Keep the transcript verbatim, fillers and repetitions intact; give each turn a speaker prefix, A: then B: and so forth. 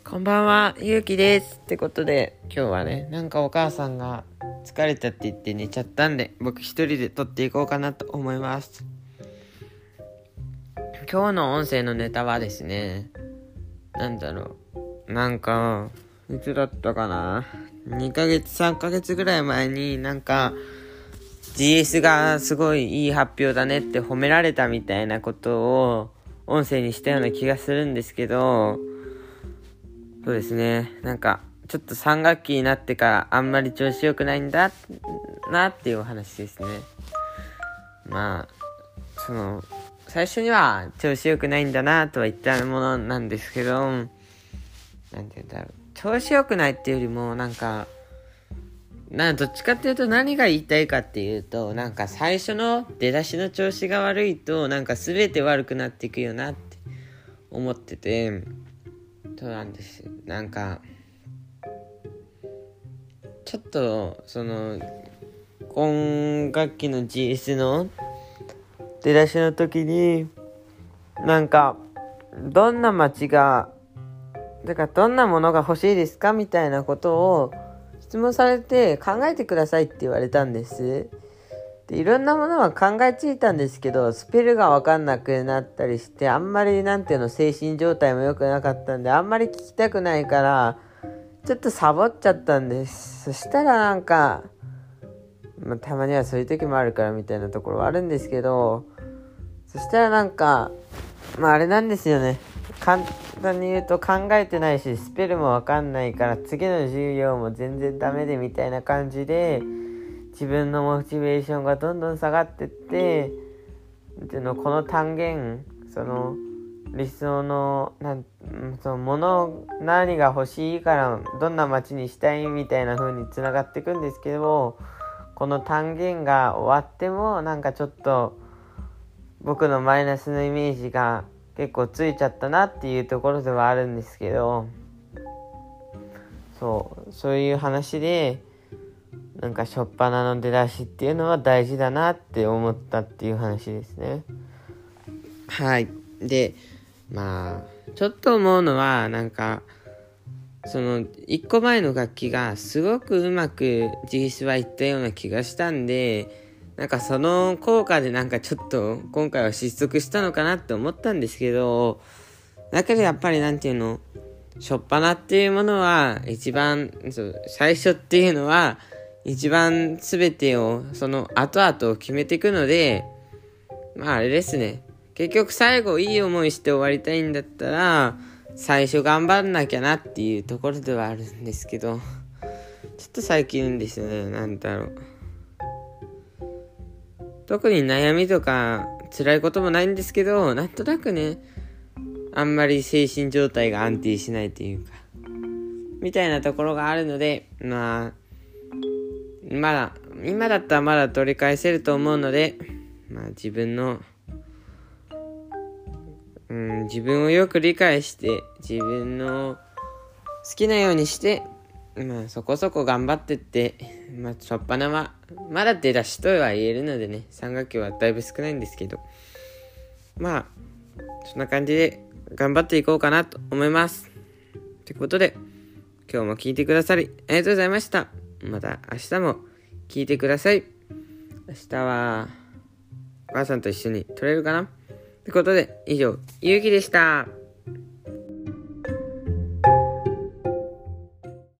A: こんばんは、ゆうきです。ってことで、今日はね、なんかお母さんが疲れたって言って寝ちゃったんで、僕一人で撮っていこうかなと思います。今日の音声のネタはですね、なんだろう、なんか、いつだったかな、にかげつ、さんかげつぐらい前になんか、ジーエス がすごいいい発表だねって褒められたみたいなことを音声にしたような気がするんですけど、そうですね。なんか、ちょっとさん学期になってからあんまり調子良くないんだなっていうお話ですね。まあ、その、最初には調子良くないんだなとは言ったものなんですけど、なんて言うんだろう。調子良くないっていうよりも、なんか、などっちかっていうと何が言いたいかっていうと、なんか最初の出だしの調子が悪いと、なんか全て悪くなっていくよなって思ってて、そうなんですよ。なんかちょっとその今学期の ジーエス の出だしの時になんかどんな街がだからどんなものが欲しいですかみたいなことを質問されて考えてくださいって言われたんです。でいろんなものは考えついたんですけど、スペルが分かんなくなったりして、あんまりなんていうの精神状態も良くなかったんで、あんまり聞きたくないからちょっとサボっちゃったんです。そしたらなんか、まあ、たまにはそういう時もあるからみたいなところはあるんですけど、そしたらなんかまああれなんですよね、簡単に言うと考えてないしスペルも分かんないから次の授業も全然ダメでみたいな感じで、自分のモチベーションがどんどん下がってって、この単元、その理想のなんそのもの何が欲しいからどんな街にしたいみたいな風につながっていくんですけど、この単元が終わってもなんかちょっと僕のマイナスのイメージが結構ついちゃったなっていうところではあるんですけど、そうそういう話で、なんか初っ端の出だしっていうのは大事だなって思ったっていう話ですね。はい。で、まあちょっと思うのは、なんかそのいっこまえの楽器がすごくうまく ジーエス はいったような気がしたんで、なんかその効果でなんかちょっと今回は失速したのかなって思ったんですけど、だけどやっぱりなんていうの、初っ端っていうものは一番そう最初っていうのは一番全てをその後々を決めていくので、まああれですね、結局最後いい思いして終わりたいんだったら最初頑張んなきゃなっていうところではあるんですけど、ちょっと最近ですね、なんだろう、特に悩みとか辛いこともないんですけど、なんとなくね、あんまり精神状態が安定しないというかみたいなところがあるので、まあまだ今だったらまだ取り返せると思うので、まあ自分のうん自分をよく理解して自分の好きなようにして、まあそこそこ頑張ってって、まあ初っ端はまだ出だしとは言えるのでね、さん学期はだいぶ少ないんですけど、まあそんな感じで頑張っていこうかなと思います。ということで今日も聞いてくださりありがとうございました。また明日も聞いてください。明日はお母さんと一緒に撮れるかなということで、以上ゆうきでした。